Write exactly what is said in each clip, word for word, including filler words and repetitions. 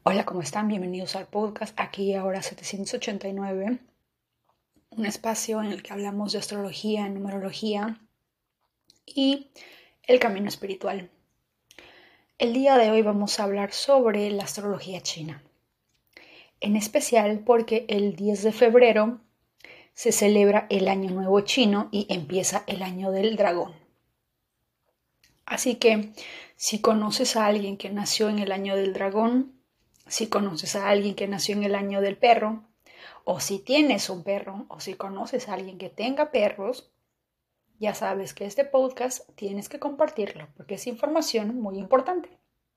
Hola, ¿cómo están? Bienvenidos al podcast Aquí y Ahora setecientos ochenta y nueve, un espacio en el que hablamos de astrología, numerología y el camino espiritual. El día de hoy vamos a hablar sobre la astrología china, en especial porque el diez de febrero se celebra el Año Nuevo Chino y empieza el Año del Dragón. Así que si conoces a alguien que nació en el Año del Dragón, si conoces a alguien que nació en el Año del Perro, o si tienes un perro, o si conoces a alguien que tenga perros, ya sabes que este podcast tienes que compartirlo porque es información muy importante.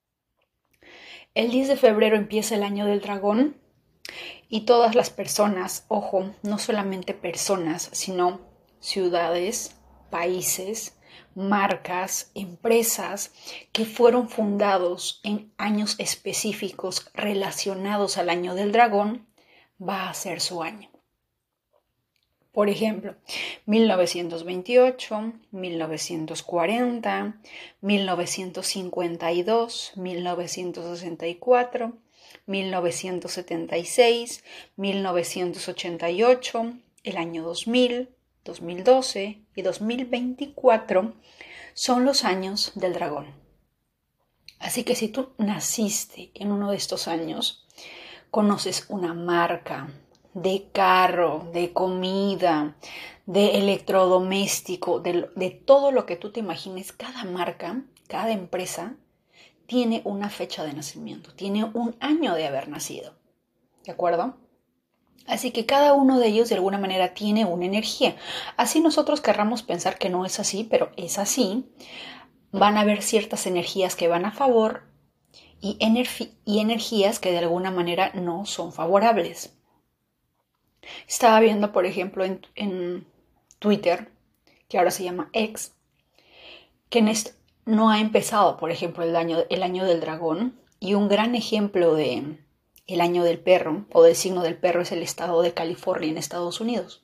El diez de febrero empieza el Año del Dragón y todas las personas, ojo, no solamente personas, sino ciudades, países, marcas, empresas que fueron fundados en años específicos relacionados al Año del Dragón, va a ser su año. Por ejemplo, mil novecientos veintiocho, mil novecientos cuarenta, mil novecientos cincuenta y dos, mil novecientos sesenta y cuatro, mil novecientos setenta y seis, mil novecientos ochenta y ocho, el año dos mil, dos mil doce y dos mil veinticuatro son los años del dragón. Así que si tú naciste en uno de estos años, conoces una marca de carro, de comida, de electrodoméstico, de, de todo lo que tú te imagines, cada marca, cada empresa tiene una fecha de nacimiento, tiene un año de haber nacido, ¿de acuerdo? Así que cada uno de ellos de alguna manera tiene una energía. Así nosotros querramos pensar que no es así, pero es así. Van a haber ciertas energías que van a favor y, energi- y energías que de alguna manera no son favorables. Estaba viendo, por ejemplo, en, en Twitter, que ahora se llama X, que en este, no ha empezado, por ejemplo, el año, el año del dragón, y un gran ejemplo de el año del perro o del signo del perro es el estado de California en Estados Unidos.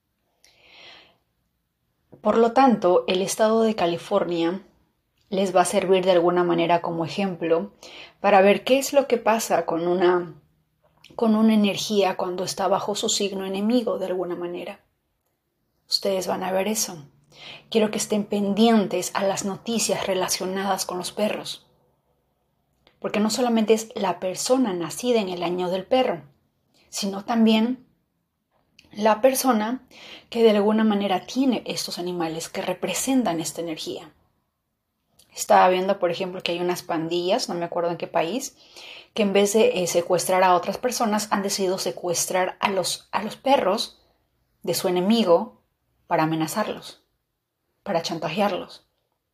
Por lo tanto, el estado de California les va a servir de alguna manera como ejemplo para ver qué es lo que pasa con una, con una energía cuando está bajo su signo enemigo de alguna manera. Ustedes van a ver eso. Quiero que estén pendientes a las noticias relacionadas con los perros. Porque no solamente es la persona nacida en el año del perro, sino también la persona que de alguna manera tiene estos animales que representan esta energía. Estaba viendo, por ejemplo, que hay unas pandillas, no me acuerdo en qué país, que en vez de eh, secuestrar a otras personas han decidido secuestrar a los, a los perros de su enemigo para amenazarlos, para chantajearlos.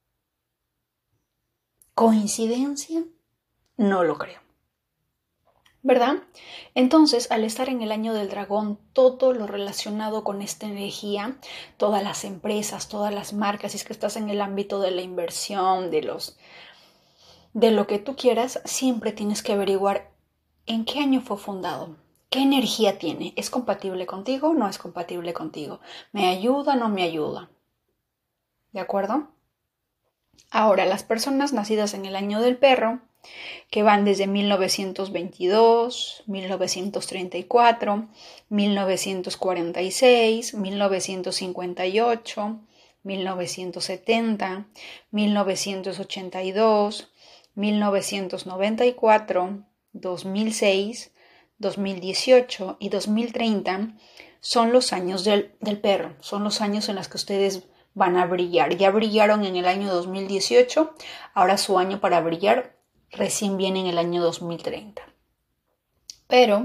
¿Coincidencia? No lo creo. ¿Verdad? Entonces, al estar en el año del dragón, todo lo relacionado con esta energía, todas las empresas, todas las marcas, si es que estás en el ámbito de la inversión, de los, de lo que tú quieras, siempre tienes que averiguar en qué año fue fundado, qué energía tiene, ¿es compatible contigo o no es compatible contigo? ¿Me ayuda o no me ayuda? ¿De acuerdo? Ahora, las personas nacidas en el año del perro, que van desde mil novecientos veintidós, mil novecientos treinta y cuatro, mil novecientos cuarenta y seis, mil novecientos cincuenta y ocho, mil novecientos setenta, mil novecientos ochenta y dos, mil novecientos noventa y cuatro, dos mil seis, dos mil dieciocho y dos mil treinta son los años del, del perro, son los años en los que ustedes van a brillar. Ya brillaron en el año dos mil dieciocho, ahora su año para brillar recién viene en el año dos mil treinta. Pero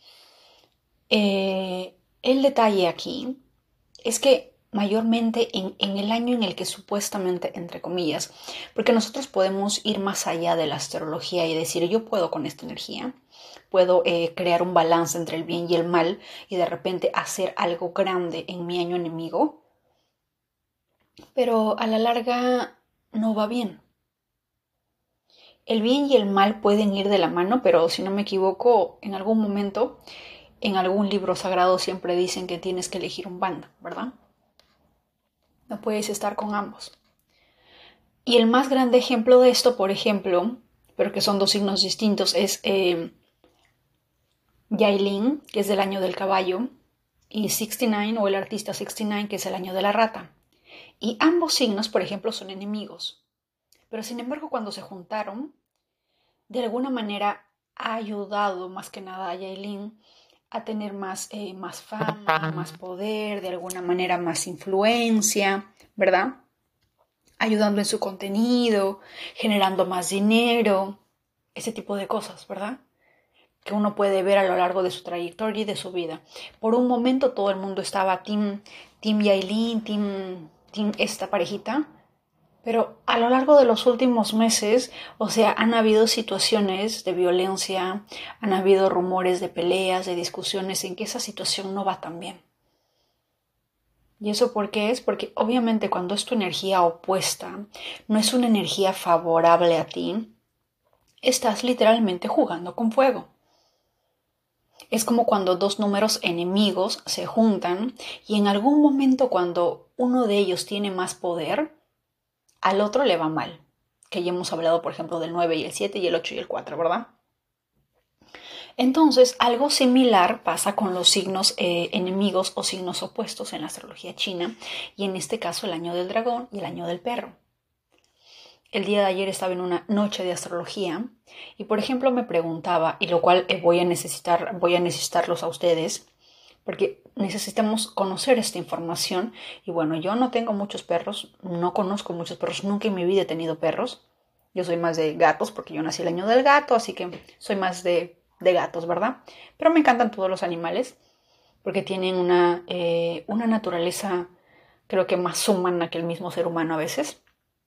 eh, el detalle aquí es que mayormente en, en el año en el que supuestamente, entre comillas, porque nosotros podemos ir más allá de la astrología y decir, yo puedo con esta energía, puedo eh, crear un balance entre el bien y el mal y de repente hacer algo grande en mi año enemigo, pero a la larga no va bien. El bien y el mal pueden ir de la mano, pero si no me equivoco, en algún momento, en algún libro sagrado siempre dicen que tienes que elegir un bando, ¿verdad? No puedes estar con ambos. Y el más grande ejemplo de esto, por ejemplo, pero que son dos signos distintos, es eh, Yailin, que es del año del caballo, y sesenta y nueve o el artista sesenta y nueve, que es el año de la rata. Y ambos signos, por ejemplo, son enemigos. Pero sin embargo, cuando se juntaron, de alguna manera ha ayudado más que nada a Yailin a tener más, eh, más fama, más poder, de alguna manera más influencia, ¿verdad? Ayudando en su contenido, generando más dinero, ese tipo de cosas, ¿verdad? Que uno puede ver a lo largo de su trayectoria y de su vida. Por un momento todo el mundo estaba team, team Yailin, team, team esta parejita, pero a lo largo de los últimos meses, o sea, han habido situaciones de violencia, han habido rumores de peleas, de discusiones en que esa situación no va tan bien. ¿Y eso por qué es? Porque obviamente cuando es tu energía opuesta, no es una energía favorable a ti, estás literalmente jugando con fuego. Es como cuando dos números enemigos se juntan y en algún momento cuando uno de ellos tiene más poder, al otro le va mal. Que ya hemos hablado, por ejemplo, del nueve y el siete y el ocho y el cuatro, ¿verdad? Entonces, algo similar pasa con los signos eh, enemigos o signos opuestos en la astrología china, y en este caso el año del dragón y el año del perro. El día de ayer estaba en una noche de astrología y, por ejemplo, me preguntaba, y lo cual eh, voy a necesitar, voy a necesitarlos a ustedes, porque necesitamos conocer esta información. Y bueno, yo no tengo muchos perros, no conozco muchos perros, nunca en mi vida he tenido perros. Yo soy más de gatos porque yo nací el año del gato, así que soy más de, de gatos, ¿verdad? Pero me encantan todos los animales porque tienen una, eh, una naturaleza, creo que más humana que el mismo ser humano a veces.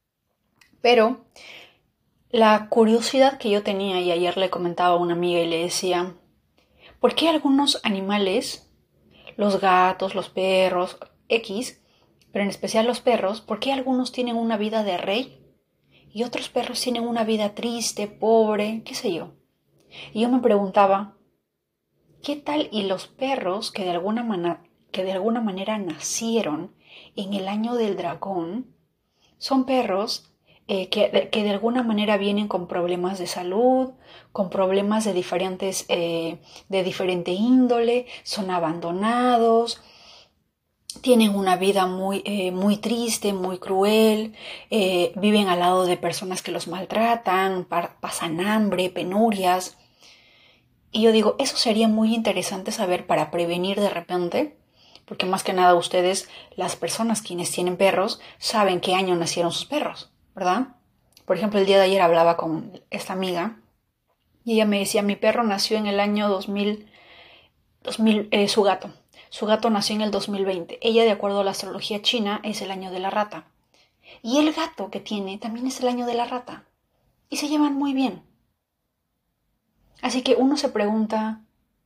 Pero la curiosidad que yo tenía, y ayer le comentaba a una amiga y le decía, ¿por qué algunos animales, los gatos, los perros, X, pero en especial los perros, por qué algunos tienen una vida de rey y otros perros tienen una vida triste, pobre, qué sé yo? Y yo me preguntaba, ¿qué tal y los perros que de alguna, man- que de alguna manera nacieron en el año del dragón son perros eh, que, que de alguna manera vienen con problemas de salud, con problemas de diferentes, eh, de diferente índole, son abandonados, tienen una vida muy, eh, muy triste, muy cruel, eh, viven al lado de personas que los maltratan, pa- pasan hambre, penurias. Y yo digo, eso sería muy interesante saber para prevenir de repente, porque más que nada ustedes, las personas quienes tienen perros, saben qué año nacieron sus perros, ¿verdad? Por ejemplo, el día de ayer hablaba con esta amiga y ella me decía, mi perro nació en el año dos mil, dos mil eh, su gato. Su gato nació en el dos mil veinte. Ella, de acuerdo a la astrología china, es el año de la rata. Y el gato que tiene también es el año de la rata. Y se llevan muy bien. Así que uno se pregunta,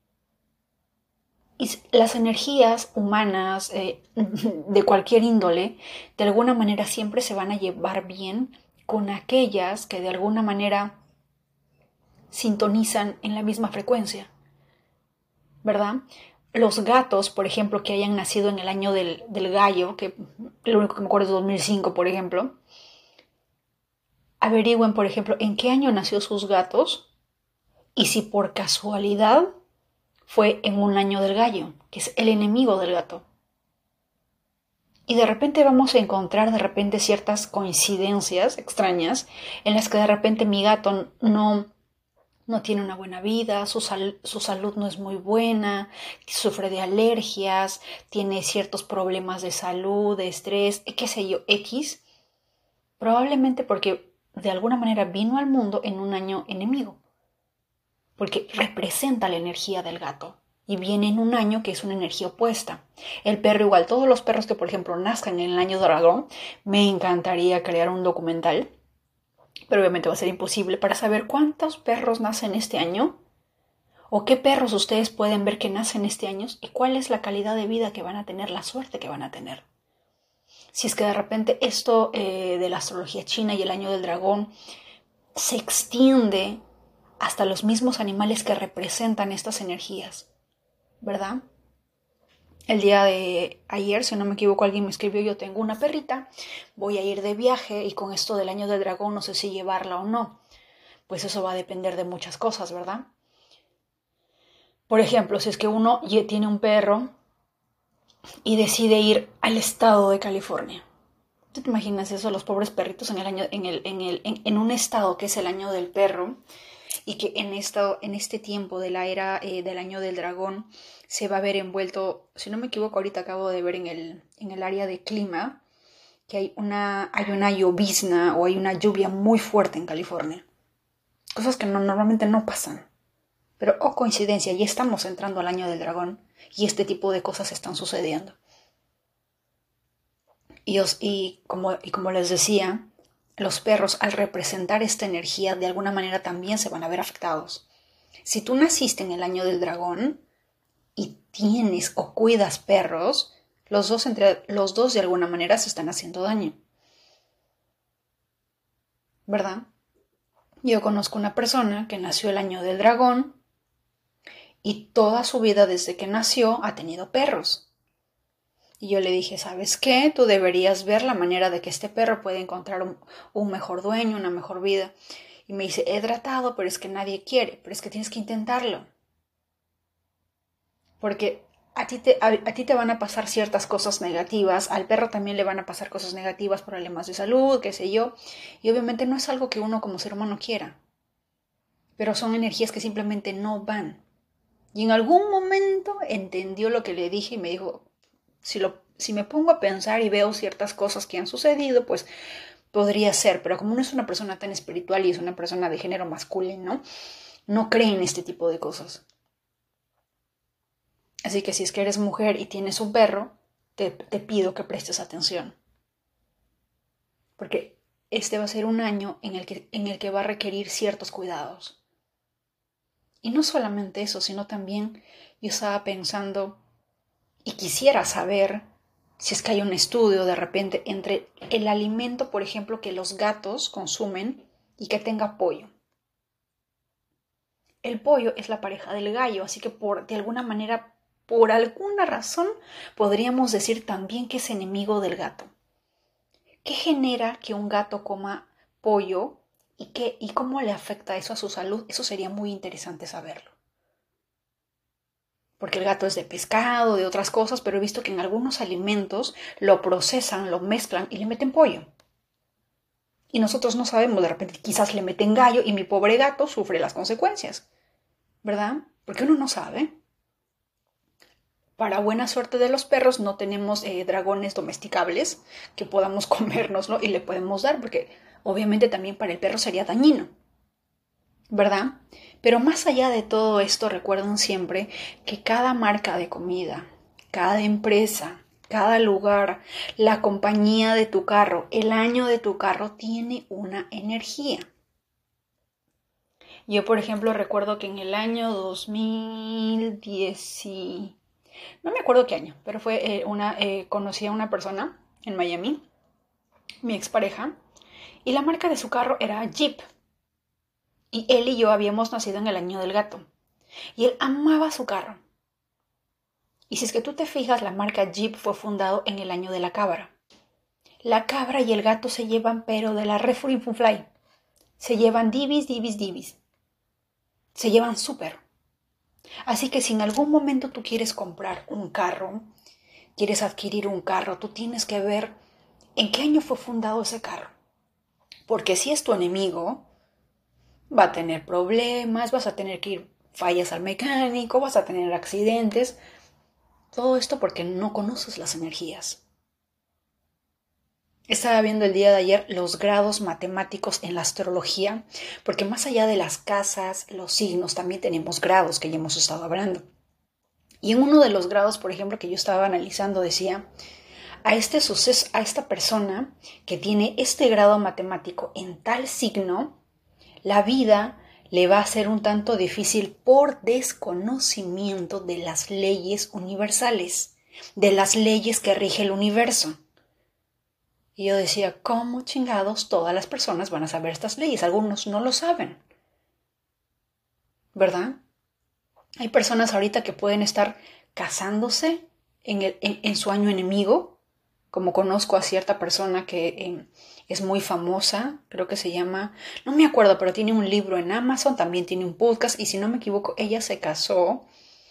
y las energías humanas eh, de cualquier índole, de alguna manera siempre se van a llevar bien con aquellas que de alguna manera sintonizan en la misma frecuencia, ¿verdad? Los gatos, por ejemplo, que hayan nacido en el año del, del gallo, que lo único que me acuerdo es dos mil cinco, por ejemplo, averigüen, por ejemplo, en qué año nació sus gatos y si por casualidad fue en un año del gallo, que es el enemigo del gato. Y de repente vamos a encontrar de repente ciertas coincidencias extrañas en las que de repente mi gato no, no tiene una buena vida, su, sal, su salud no es muy buena, sufre de alergias, tiene ciertos problemas de salud, de estrés, qué sé yo, X, probablemente porque de alguna manera vino al mundo en un año enemigo, porque representa la energía del gato. Y viene en un año que es una energía opuesta. El perro igual, todos los perros que por ejemplo nazcan en el año dragón, me encantaría crear un documental, pero obviamente va a ser imposible para saber cuántos perros nacen este año o qué perros ustedes pueden ver que nacen este año y cuál es la calidad de vida que van a tener, la suerte que van a tener. Si es que de repente esto eh, de la astrología china y el año del dragón se extiende hasta los mismos animales que representan estas energías, ¿verdad? El día de ayer, si no me equivoco, alguien me escribió, yo tengo una perrita, voy a ir de viaje y con esto del año del dragón no sé si llevarla o no. Pues eso va a depender de muchas cosas, ¿verdad? Por ejemplo, si es que uno ya tiene un perro y decide ir al estado de California. ¿Tú te imaginas eso? Los pobres perritos en el año, en el, en el, en, en un estado que es el año del perro, y que en, esto, en este tiempo de la era eh, del año del dragón se va a ver envuelto, si no me equivoco, ahorita acabo de ver en el, en el área de clima que hay una, hay una llovizna o hay una lluvia muy fuerte en California. Cosas que no, normalmente no pasan. Pero, oh coincidencia, ya estamos entrando al año del dragón y este tipo de cosas están sucediendo. Y, os, y, como, y como les decía, los perros, al representar esta energía, de alguna manera también se van a ver afectados. Si tú naciste en el año del dragón y tienes o cuidas perros, los dos, entre, los dos de alguna manera se están haciendo daño. ¿Verdad? Yo conozco una persona que nació el año del dragón y toda su vida desde que nació ha tenido perros. Y yo le dije, ¿sabes qué? Tú deberías ver la manera de que este perro puede encontrar un, un mejor dueño, una mejor vida. Y me dice, he tratado, pero es que nadie quiere, pero es que tienes que intentarlo. Porque a ti, te, a, a ti te van a pasar ciertas cosas negativas, al perro también le van a pasar cosas negativas, problemas de salud, qué sé yo. Y obviamente no es algo que uno como ser humano quiera. Pero son energías que simplemente no van. Y en algún momento entendió lo que le dije y me dijo, si, lo, si me pongo a pensar y veo ciertas cosas que han sucedido, pues podría ser. Pero como no es una persona tan espiritual y es una persona de género masculino, no cree en este tipo de cosas. Así que si es que eres mujer y tienes un perro, te, te pido que prestes atención. Porque este va a ser un año en el que, en el que va a requerir ciertos cuidados. Y no solamente eso, sino también yo estaba pensando y quisiera saber si es que hay un estudio de repente entre el alimento, por ejemplo, que los gatos consumen y que tenga pollo. El pollo es la pareja del gallo, así que por, de alguna manera, por alguna razón, podríamos decir también que es enemigo del gato. ¿Qué genera que un gato coma pollo y, qué, y cómo le afecta eso a su salud? Eso sería muy interesante saberlo. Porque el gato es de pescado, de otras cosas, pero he visto que en algunos alimentos lo procesan, lo mezclan y le meten pollo. Y nosotros no sabemos, de repente quizás le meten gallo y mi pobre gato sufre las consecuencias, ¿verdad? Porque uno no sabe. Para buena suerte de los perros no tenemos eh, dragones domesticables que podamos comérnoslo y le podemos dar, porque obviamente también para el perro sería dañino, ¿verdad? Pero más allá de todo esto, recuerden siempre que cada marca de comida, cada empresa, cada lugar, la compañía de tu carro, el año de tu carro tiene una energía. Yo, por ejemplo, recuerdo que en el año dos mil diez, no me acuerdo qué año, pero fue eh, una, eh, conocí a una persona en Miami, mi expareja, y la marca de su carro era Jeep. Y él y yo habíamos nacido en el año del gato. Y él amaba su carro. Y si es que tú te fijas, la marca Jeep fue fundado en el año de la cabra. La cabra y el gato se llevan, pero de la refri-fly. Se llevan divis, divis, divis. Se llevan súper. Así que si en algún momento tú quieres comprar un carro, quieres adquirir un carro, tú tienes que ver en qué año fue fundado ese carro. Porque si es tu enemigo, va a tener problemas, vas a tener que ir fallas al mecánico, vas a tener accidentes. Todo esto porque no conoces las energías. Estaba viendo el día de ayer los grados matemáticos en la astrología, porque más allá de las casas, los signos, también tenemos grados que ya hemos estado hablando. Y en uno de los grados, por ejemplo, que yo estaba analizando, decía, a este suceso, a esta persona que tiene este grado matemático en tal signo, la vida le va a ser un tanto difícil por desconocimiento de las leyes universales, de las leyes que rige el universo. Y yo decía, ¿cómo chingados todas las personas van a saber estas leyes? Algunos no lo saben, ¿verdad? Hay personas ahorita que pueden estar casándose en, el, en, en su año enemigo, como conozco a cierta persona que eh, es muy famosa, creo que se llama, no me acuerdo, pero tiene un libro en Amazon, también tiene un podcast, y si no me equivoco, ella se casó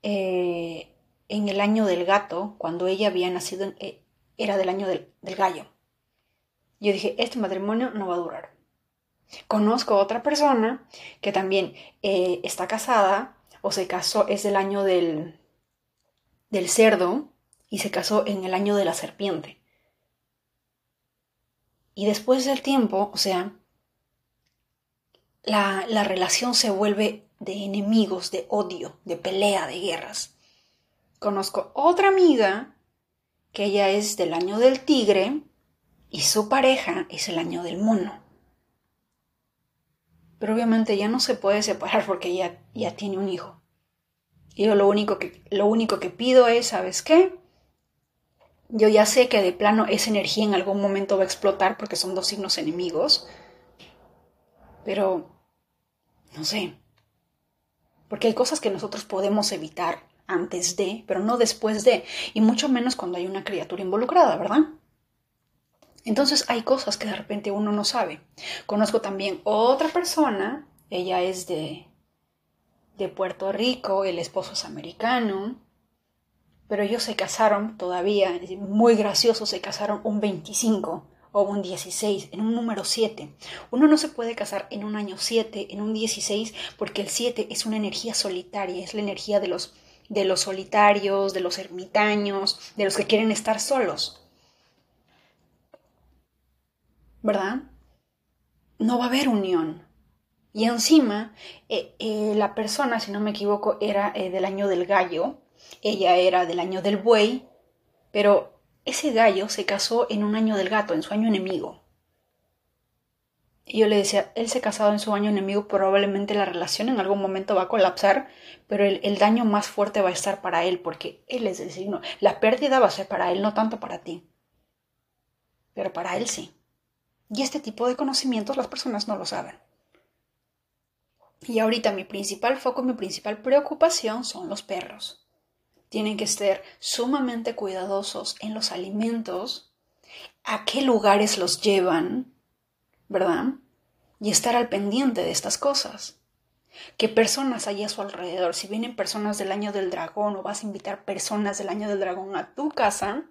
eh, en el año del gato, cuando ella había nacido, eh, era del año del, del gallo. Yo dije, este matrimonio no va a durar. Conozco a otra persona que también eh, está casada o se casó, es del año del, del cerdo y se casó en el año de la serpiente. Y después del tiempo, o sea, la, la relación se vuelve de enemigos, de odio, de pelea, de guerras. Conozco otra amiga que ella es del año del tigre y su pareja es el año del mono. Pero obviamente ya no se puede separar porque ella ya tiene un hijo. Y yo lo único que, lo único que pido es, ¿sabes qué? Yo ya sé que de plano esa energía en algún momento va a explotar porque son dos signos enemigos. Pero, no sé. Porque hay cosas que nosotros podemos evitar antes de, pero no después de. Y mucho menos cuando hay una criatura involucrada, ¿verdad? Entonces hay cosas que de repente uno no sabe. Conozco también otra persona, ella es de, de Puerto Rico, el esposo es americano, pero ellos se casaron todavía, muy gracioso, se casaron un veinticinco o un dieciséis, en un número siete. Uno no se puede casar en un año siete, en un dieciséis, porque el siete es una energía solitaria, es la energía de los, de los solitarios, de los ermitaños, de los que quieren estar solos. ¿Verdad? No va a haber unión. Y encima, eh, eh, la persona, si no me equivoco, era eh, del año del gallo, ella era del año del buey, pero ese gallo se casó en un año del gato, en su año enemigo. Y yo le decía, él se casado en su año enemigo, probablemente la relación en algún momento va a colapsar, pero el, el daño más fuerte va a estar para él, porque él es el signo. La pérdida va a ser para él, no tanto para ti, pero para él sí. Y este tipo de conocimientos las personas no lo saben. Y ahorita mi principal foco, mi principal preocupación son los perros. Tienen que ser sumamente cuidadosos en los alimentos, a qué lugares los llevan, ¿verdad? Y estar al pendiente de estas cosas. ¿Qué personas hay a su alrededor? Si vienen personas del año del dragón o vas a invitar personas del año del dragón a tu casa,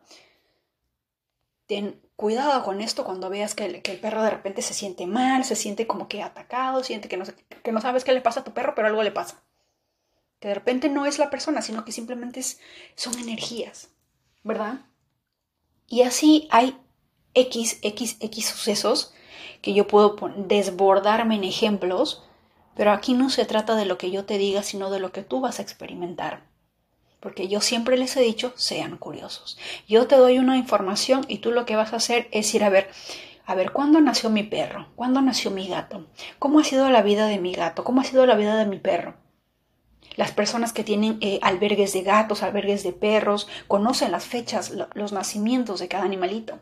ten cuidado con esto cuando veas que el, que el perro de repente se siente mal, se siente como que atacado, siente que no, que no sabes qué le pasa a tu perro, pero algo le pasa. Que de repente no es la persona, sino que simplemente es, son energías, ¿verdad? Y así hay X, X, X sucesos que yo puedo desbordarme en ejemplos, pero aquí no se trata de lo que yo te diga, sino de lo que tú vas a experimentar. Porque yo siempre les he dicho, sean curiosos. Yo te doy una información y tú lo que vas a hacer es ir a ver, a ver, ¿cuándo nació mi perro? ¿Cuándo nació mi gato? ¿Cómo ha sido la vida de mi gato? ¿Cómo ha sido la vida de mi perro? Las personas que tienen eh, albergues de gatos, albergues de perros, conocen las fechas, lo, los nacimientos de cada animalito.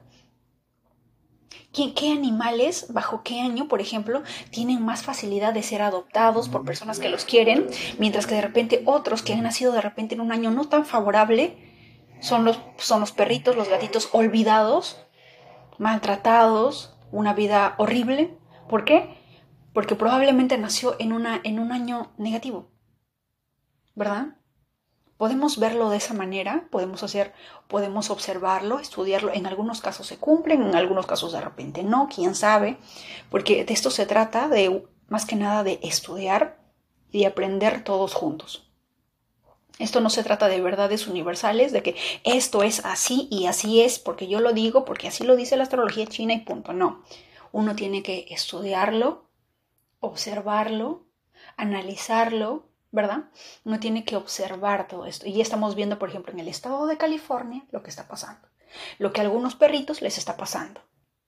¿Qué, ¿Qué animales, bajo qué año, por ejemplo, tienen más facilidad de ser adoptados por personas que los quieren, mientras que de repente otros que han nacido de repente en un año no tan favorable son los, son los perritos, los gatitos olvidados, maltratados, una vida horrible? ¿Por qué? Porque probablemente nació en, una, en un año negativo, ¿verdad? Podemos verlo de esa manera, podemos hacer, podemos observarlo, estudiarlo. En algunos casos se cumplen, en algunos casos de repente no, quién sabe, porque de esto se trata, de más que nada de estudiar y aprender todos juntos. Esto no se trata de verdades universales, de que esto es así y así es, porque yo lo digo, porque así lo dice la astrología china y punto. No, uno tiene que estudiarlo, observarlo, analizarlo, ¿verdad? Uno tiene que observar todo esto. Y ya estamos viendo, por ejemplo, en el estado de California lo que está pasando. Lo que a algunos perritos les está pasando.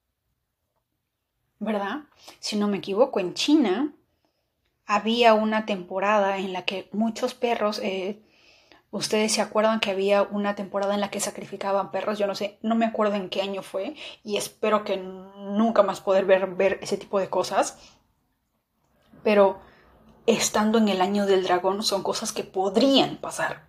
¿Verdad? Si no me equivoco, en China había una temporada en la que muchos perros... Eh, Ustedes se acuerdan que había una temporada en la que sacrificaban perros. Yo no sé, no me acuerdo en qué año fue. Y espero que nunca más poder ver, ver ese tipo de cosas. Pero... estando en el año del dragón son cosas que podrían pasar.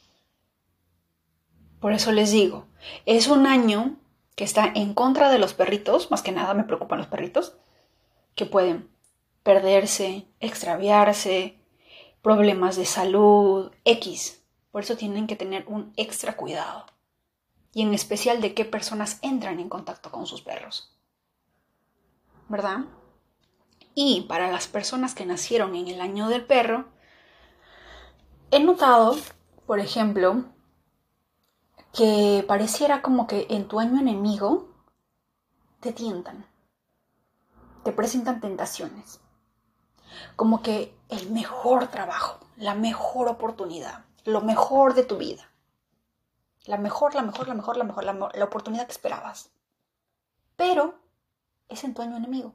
Por eso les digo, es un año que está en contra de los perritos, más que nada me preocupan los perritos, que pueden perderse, extraviarse, problemas de salud, X. Por eso tienen que tener un extra cuidado. Y en especial de qué personas entran en contacto con sus perros. ¿Verdad? Y para las personas que nacieron en el año del perro, he notado, por ejemplo, que pareciera como que en tu año enemigo te tientan, te presentan tentaciones, como que el mejor trabajo, la mejor oportunidad, lo mejor de tu vida, la mejor, la mejor, la mejor, la mejor, la, la oportunidad que esperabas, pero es en tu año enemigo.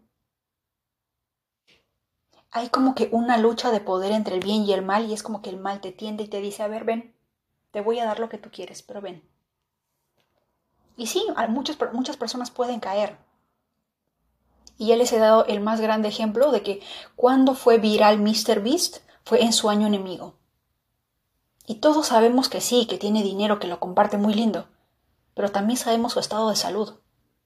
Hay como que una lucha de poder entre el bien y el mal, y es como que el mal te tiende y te dice, a ver, ven, te voy a dar lo que tú quieres, pero ven. Y sí, muchas, muchas personas pueden caer. Y ya les he dado el más grande ejemplo de que cuando fue viral míster Beast fue en su año enemigo. Y todos sabemos que sí, que tiene dinero, que lo comparte muy lindo, pero también sabemos su estado de salud.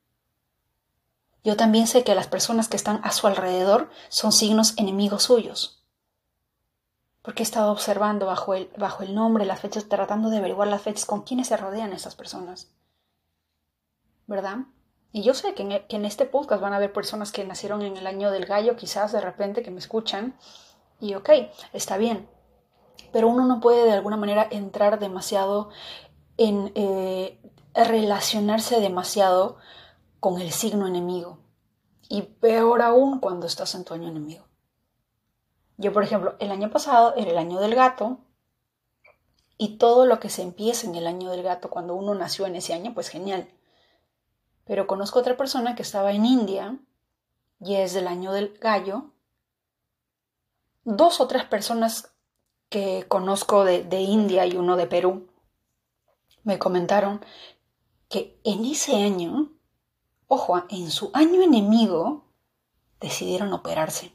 Yo también sé que las personas que están a su alrededor son signos enemigos suyos. Porque he estado observando bajo el, bajo el nombre, las fechas, tratando de averiguar las fechas con quiénes se rodean estas personas. ¿Verdad? Y yo sé que en, que en este podcast van a haber personas que nacieron en el año del gallo, quizás de repente que me escuchan. Y ok, está bien. Pero uno no puede de alguna manera entrar demasiado en eh, relacionarse demasiado con el signo enemigo. Y peor aún cuando estás en tu año enemigo. Yo, por ejemplo, el año pasado era el año del gato. Y todo lo que se empieza en el año del gato, cuando uno nació en ese año, pues genial. Pero conozco otra persona que estaba en India y es del año del gallo. Dos o tres personas que conozco de, de India y uno de Perú me comentaron que en ese año, ojo, en su año enemigo, decidieron operarse.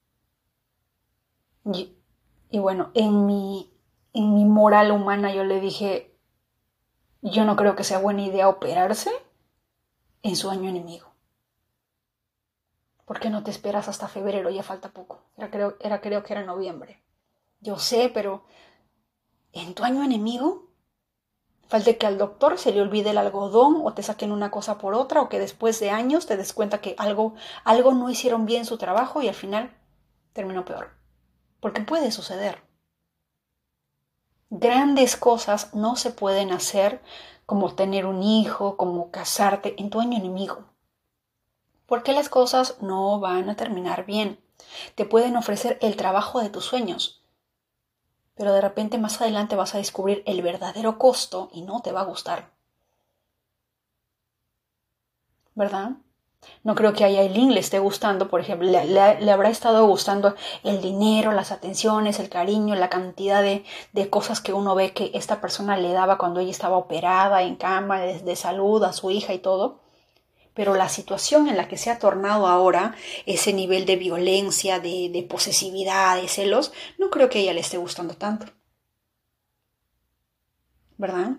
Y, y bueno, en mi, en mi moral humana yo le dije, yo no creo que sea buena idea operarse en su año enemigo. ¿Por qué no te esperas hasta febrero? Ya falta poco. Era, creo, era, creo que era noviembre. Yo sé, pero ¿en tu año enemigo? Falta que al doctor se le olvide el algodón o te saquen una cosa por otra o que después de años te des cuenta que algo, algo no hicieron bien su trabajo y al final terminó peor. Porque puede suceder. Grandes cosas no se pueden hacer como tener un hijo, como casarte en tu año enemigo. Porque las cosas no van a terminar bien. Te pueden ofrecer el trabajo de tus sueños, pero de repente más adelante vas a descubrir el verdadero costo y no te va a gustar. ¿Verdad? No creo que a Yailin le esté gustando, por ejemplo, le, le, le habrá estado gustando el dinero, las atenciones, el cariño, la cantidad de, de cosas que uno ve que esta persona le daba cuando ella estaba operada en cama, de, de salud, a su hija y todo. Pero la situación en la que se ha tornado ahora, ese nivel de violencia, de, de posesividad, de celos, no creo que a ella le esté gustando tanto. ¿Verdad?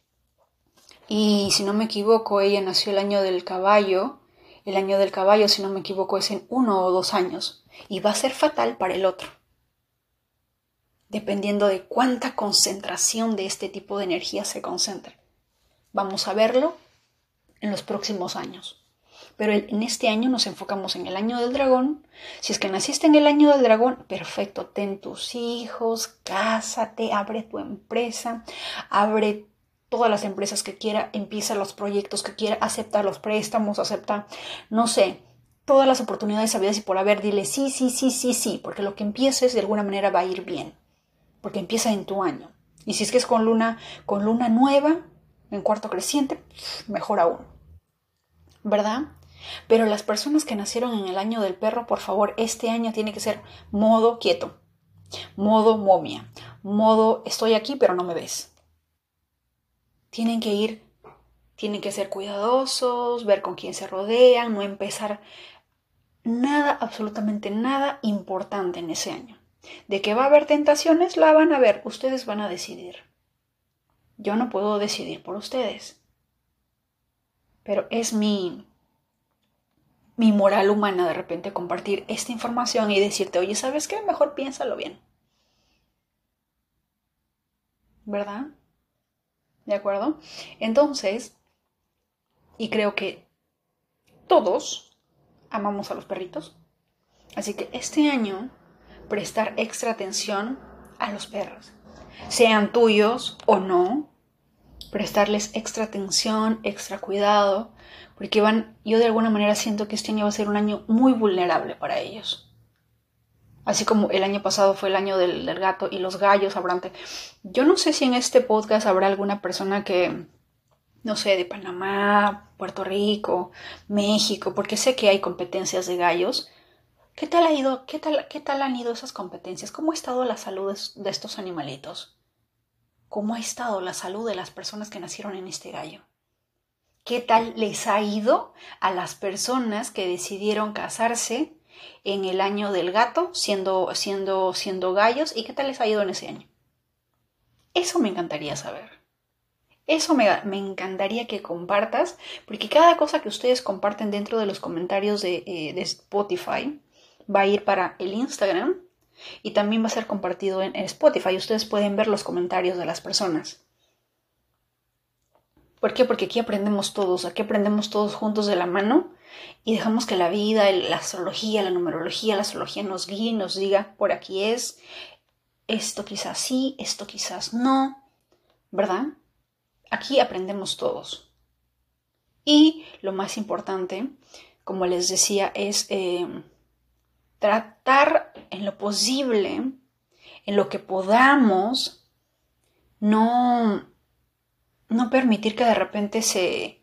Y si no me equivoco, ella nació el año del caballo. El año del caballo, si no me equivoco, es en uno o dos años. Y va a ser fatal para el otro. Dependiendo de cuánta concentración de este tipo de energía se concentre. Vamos a verlo en los próximos años. Pero en este año nos enfocamos en el año del dragón. Si es que naciste en el año del dragón, perfecto, ten tus hijos, cásate, abre tu empresa, abre todas las empresas que quiera, empieza los proyectos que quiera, acepta los préstamos, acepta, no sé, todas las oportunidades habidas y por haber, dile sí, sí, sí, sí, sí, porque lo que empieces de alguna manera va a ir bien, porque empieza en tu año. Y si es que es con luna, con luna nueva, en cuarto creciente, mejor aún. ¿Verdad? Pero las personas que nacieron en el año del perro, por favor, este año tiene que ser modo quieto, modo momia, modo estoy aquí pero no me ves. Tienen que ir, tienen que ser cuidadosos, ver con quién se rodean, no empezar nada, absolutamente nada importante en ese año. De que va a haber tentaciones, la van a ver, ustedes van a decidir. Yo no puedo decidir por ustedes. Pero es mi, mi moral humana de repente compartir esta información y decirte, oye, ¿sabes qué? Mejor piénsalo bien. ¿verdad? ¿De acuerdo? Entonces, y creo que todos amamos a los perritos. Así que este año, prestar extra atención a los perros. Sean tuyos o no, prestarles extra atención, extra cuidado, porque van, yo de alguna manera siento que este año va a ser un año muy vulnerable para ellos. Así como el año pasado fue el año del, del gato y los gallos habrán... Te... Yo no sé si en este podcast habrá alguna persona que, no sé, de Panamá, Puerto Rico, México, porque sé que hay competencias de gallos. ¿Qué tal ha ido, qué tal, qué tal han ido esas competencias? ¿Cómo ha estado la salud de estos animalitos? ¿Cómo ha estado la salud de las personas que nacieron en este gallo? ¿Qué tal les ha ido a las personas que decidieron casarse en el año del gato, siendo, siendo, siendo gallos? ¿Y qué tal les ha ido en ese año? Eso me encantaría saber. Eso me, me encantaría que compartas, porque cada cosa que ustedes comparten dentro de los comentarios de, eh, de Spotify va a ir para el Instagram y también va a ser compartido en, en Spotify. Ustedes pueden ver los comentarios de las personas. ¿Por qué? Porque aquí aprendemos todos, aquí aprendemos todos juntos de la mano y dejamos que la vida, la astrología, la numerología, la astrología nos guíe y nos diga, por aquí es, esto quizás sí, esto quizás no, ¿verdad? Aquí aprendemos todos. Y lo más importante, como les decía, es eh, tratar en lo posible, en lo que podamos, no... no permitir que de repente se,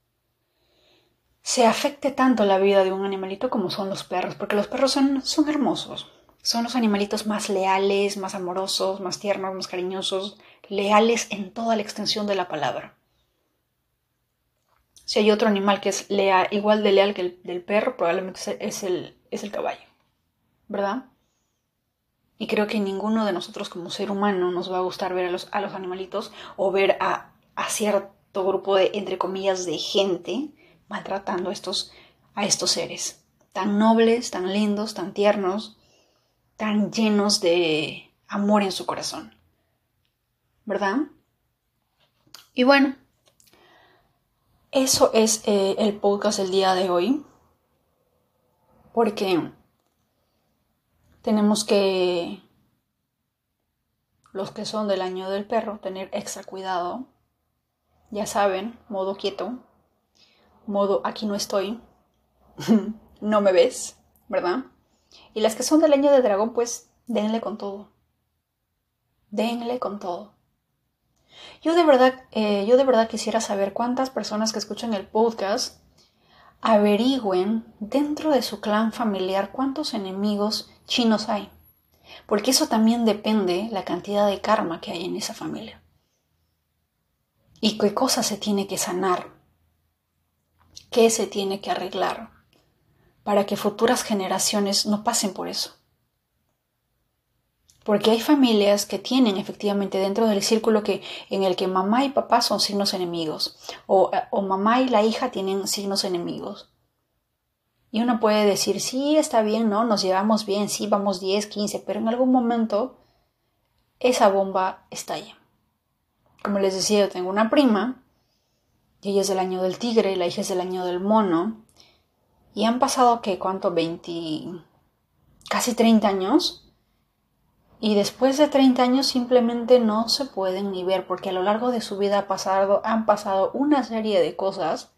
se afecte tanto la vida de un animalito como son los perros, porque los perros son, son hermosos. Son los animalitos más leales, más amorosos, más tiernos, más cariñosos, leales en toda la extensión de la palabra. Si hay otro animal que es leal, igual de leal que el del perro, probablemente es el, es el caballo, ¿verdad? Y creo que ninguno de nosotros como ser humano nos va a gustar ver a los, a los animalitos o ver a, a cierto grupo de, entre comillas, de gente maltratando a estos, a estos seres tan nobles, tan lindos, tan tiernos, tan llenos de amor en su corazón, ¿verdad? Y bueno, eso es eh, el podcast del día de hoy, porque tenemos que, los que son del año del perro, tener extra cuidado. Ya saben, modo quieto, modo aquí no estoy, no me ves, ¿verdad? Y las que son del año del dragón, pues denle con todo. Denle con todo. Yo de verdad, eh, yo de verdad quisiera saber cuántas personas que escuchan el podcast averigüen dentro de su clan familiar cuántos enemigos chinos hay. Porque eso también depende la cantidad de karma que hay en esa familia. Y qué cosa se tiene que sanar. Qué se tiene que arreglar para que futuras generaciones no pasen por eso. Porque hay familias que tienen efectivamente dentro del círculo que, en el que mamá y papá son signos enemigos, o, o mamá y la hija tienen signos enemigos. Y uno puede decir, sí, está bien, ¿no? Nos llevamos bien, sí, vamos diez, quince, pero en algún momento esa bomba estalla. Como les decía, yo tengo una prima, y ella es del año del tigre, y la hija es del año del mono, y han pasado, ¿qué? ¿Cuánto? veinte, casi treinta años. Y después de treinta años simplemente no se pueden ni ver, porque a lo largo de su vida ha pasado, han pasado una serie de cosas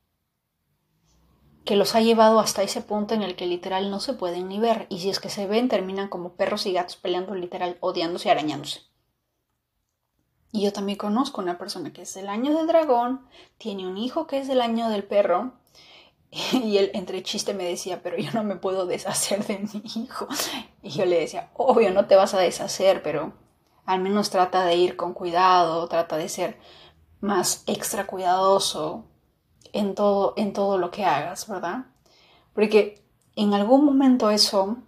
que los ha llevado hasta ese punto en el que literal no se pueden ni ver. Y si es que se ven, terminan como perros y gatos peleando, literal, odiándose y arañándose. Y yo también conozco una persona que es del año del dragón, tiene un hijo que es del año del perro, y él entre chiste me decía, pero yo no me puedo deshacer de mi hijo. Y yo le decía, obvio, no te vas a deshacer, pero al menos trata de ir con cuidado, trata de ser más extra cuidadoso en todo, en todo lo que hagas, ¿verdad? Porque en algún momento eso,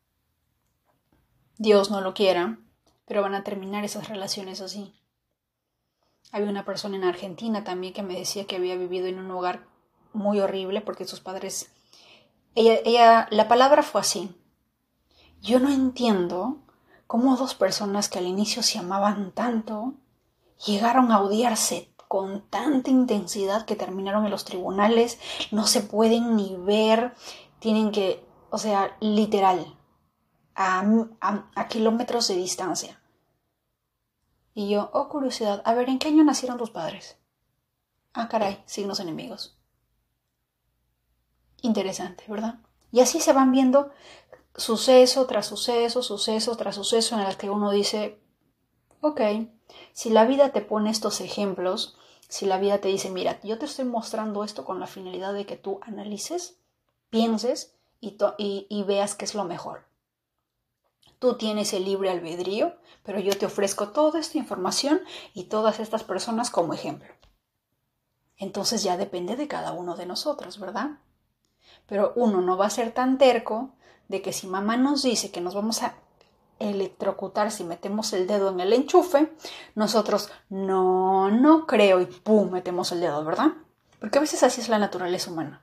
Dios no lo quiera, pero van a terminar esas relaciones así. Había una persona en Argentina también que me decía que había vivido en un hogar muy horrible porque sus padres... Ella, ella, la palabra fue así. Yo no entiendo cómo dos personas que al inicio se amaban tanto llegaron a odiarse con tanta intensidad que terminaron en los tribunales, no se pueden ni ver, tienen que, o sea, literal, a, a, a kilómetros de distancia. Y yo, oh curiosidad, a ver, ¿en qué año nacieron tus padres? Ah, caray, signos enemigos. Interesante, ¿verdad? Y así se van viendo suceso tras suceso, suceso tras suceso en el que uno dice, ok, si la vida te pone estos ejemplos, si la vida te dice, mira, yo te estoy mostrando esto con la finalidad de que tú analices, pienses y, to- y, y veas qué es lo mejor. Tú tienes el libre albedrío, pero yo te ofrezco toda esta información y todas estas personas como ejemplo. Entonces ya depende de cada uno de nosotros, ¿verdad? Pero uno no va a ser tan terco de que si mamá nos dice que nos vamos a electrocutar si metemos el dedo en el enchufe, nosotros no, no creo y pum, metemos el dedo, ¿verdad? Porque a veces así es la naturaleza humana.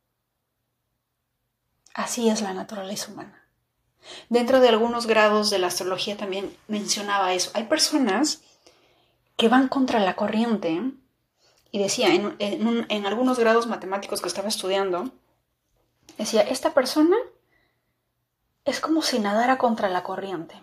Así es la naturaleza humana. Dentro de algunos grados de la astrología también mencionaba eso. Hay personas que van contra la corriente y decía, en, en, un, en algunos grados matemáticos que estaba estudiando, decía, esta persona es como si nadara contra la corriente.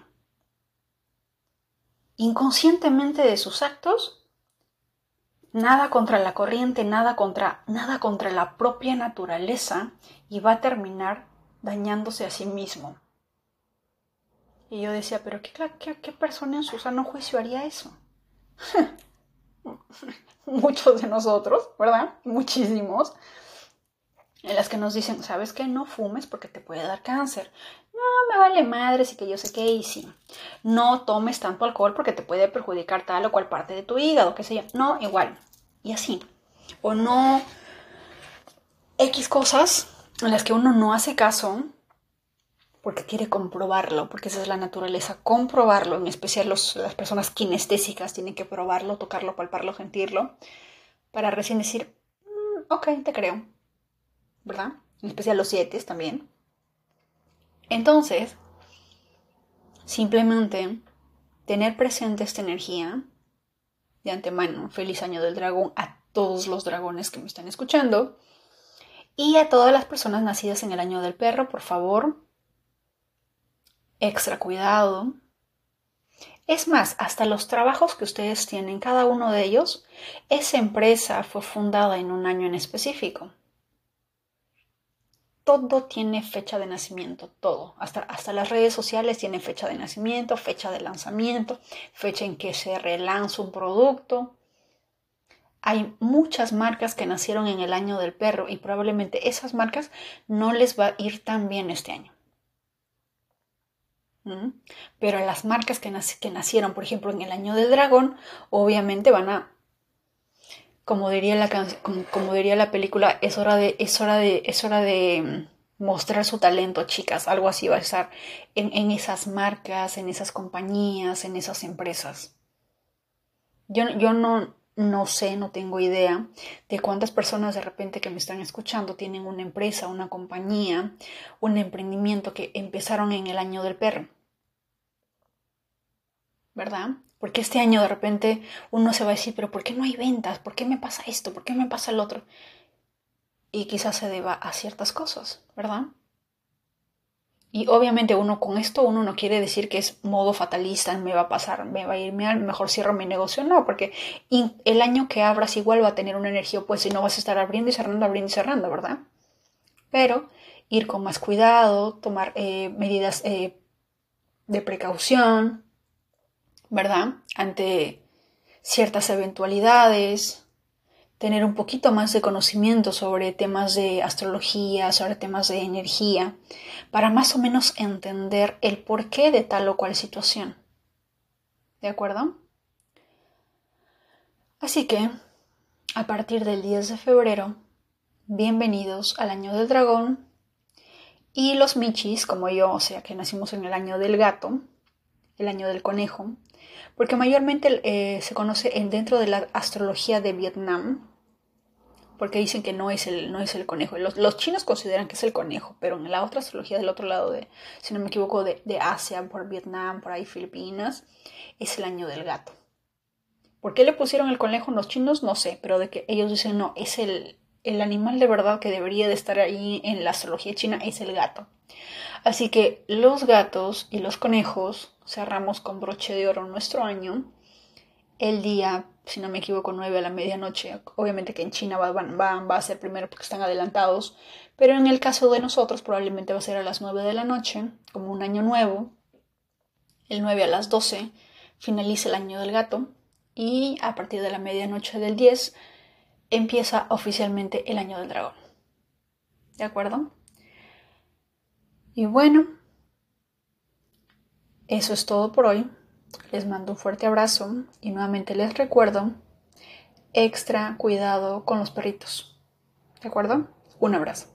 Inconscientemente de sus actos, nada contra la corriente, nada contra, nada contra la propia naturaleza y va a terminar dañándose a sí mismo. Y yo decía, pero ¿qué, qué, qué persona en su sano juicio haría eso? Muchos de nosotros, ¿verdad? Muchísimos. En las que nos dicen, ¿sabes qué? No fumes porque te puede dar cáncer. No, me vale madres y que yo sé qué y sí. No tomes tanto alcohol porque te puede perjudicar tal o cual parte de tu hígado, qué sé yo. No, igual. Y así. O no, X cosas en las que uno no hace caso porque quiere comprobarlo, porque esa es la naturaleza, comprobarlo, en especial los, las personas kinestésicas tienen que probarlo, tocarlo, palparlo, sentirlo, para recién decir, mm, ok, te creo, ¿verdad? En especial los siete también. Entonces, simplemente tener presente esta energía de antemano, feliz año del dragón a todos los dragones que me están escuchando y a todas las personas nacidas en el año del perro, por favor, extra cuidado. Es más, hasta los trabajos que ustedes tienen, cada uno de ellos, esa empresa fue fundada en un año en específico. Todo tiene fecha de nacimiento, todo. Hasta, hasta las redes sociales tienen fecha de nacimiento, fecha de lanzamiento, fecha en que se relanza un producto. Hay muchas marcas que nacieron en el año del perro y probablemente esas marcas no les va a ir tan bien este año. ¿Mm? Pero las marcas que, nac- que nacieron, por ejemplo, en el año del dragón, obviamente van a, como diría la como, como diría la película, es hora de, es hora de, es hora de mm, mostrar su talento, chicas. Algo así va a estar en, en esas marcas, en esas compañías, en esas empresas. Yo, yo no, no sé, no tengo idea de cuántas personas de repente que me están escuchando tienen una empresa, una compañía, un emprendimiento que empezaron en el año del perro, ¿verdad? Porque este año de repente uno se va a decir, pero ¿por qué no hay ventas? ¿Por qué me pasa esto? ¿Por qué me pasa el otro? Y quizás se deba a ciertas cosas, ¿verdad? Y obviamente uno con esto, uno no quiere decir que es modo fatalista, me va a pasar, me va a ir mal, mejor cierro mi negocio. No, porque el año que abras igual va a tener una energía opuesta y no vas a estar abriendo y cerrando, abriendo y cerrando, ¿verdad? Pero ir con más cuidado, tomar eh, medidas eh, de precaución, ¿verdad? Ante ciertas eventualidades, tener un poquito más de conocimiento sobre temas de astrología, sobre temas de energía, para más o menos entender el porqué de tal o cual situación. ¿De acuerdo? Así que, a partir del diez de febrero, bienvenidos al año del dragón y los michis, como yo, o sea que nacimos en el año del gato, el año del conejo, porque mayormente eh, se conoce en, dentro de la astrología de Vietnam, porque dicen que no es el, no es el conejo. Los, los chinos consideran que es el conejo, pero en la otra astrología del otro lado, de, si no me equivoco, de, de Asia, por Vietnam, por ahí Filipinas, es el año del gato. ¿Por qué le pusieron el conejo en los chinos? No sé, pero de que ellos dicen, no, es el, el animal de verdad que debería de estar ahí en la astrología china, es el gato. Así que los gatos y los conejos cerramos con broche de oro nuestro año el día, si no me equivoco, nueve a la medianoche. Obviamente que en China va, va, va a ser primero porque están adelantados, pero en el caso de nosotros probablemente va a ser a las nueve de la noche, como un año nuevo. El nueve a las doce finaliza el año del gato y a partir de la medianoche del diez empieza oficialmente el año del dragón. ¿De acuerdo? Y bueno, eso es todo por hoy. Les mando un fuerte abrazo y nuevamente les recuerdo, extra cuidado con los perritos. ¿De acuerdo? Un abrazo.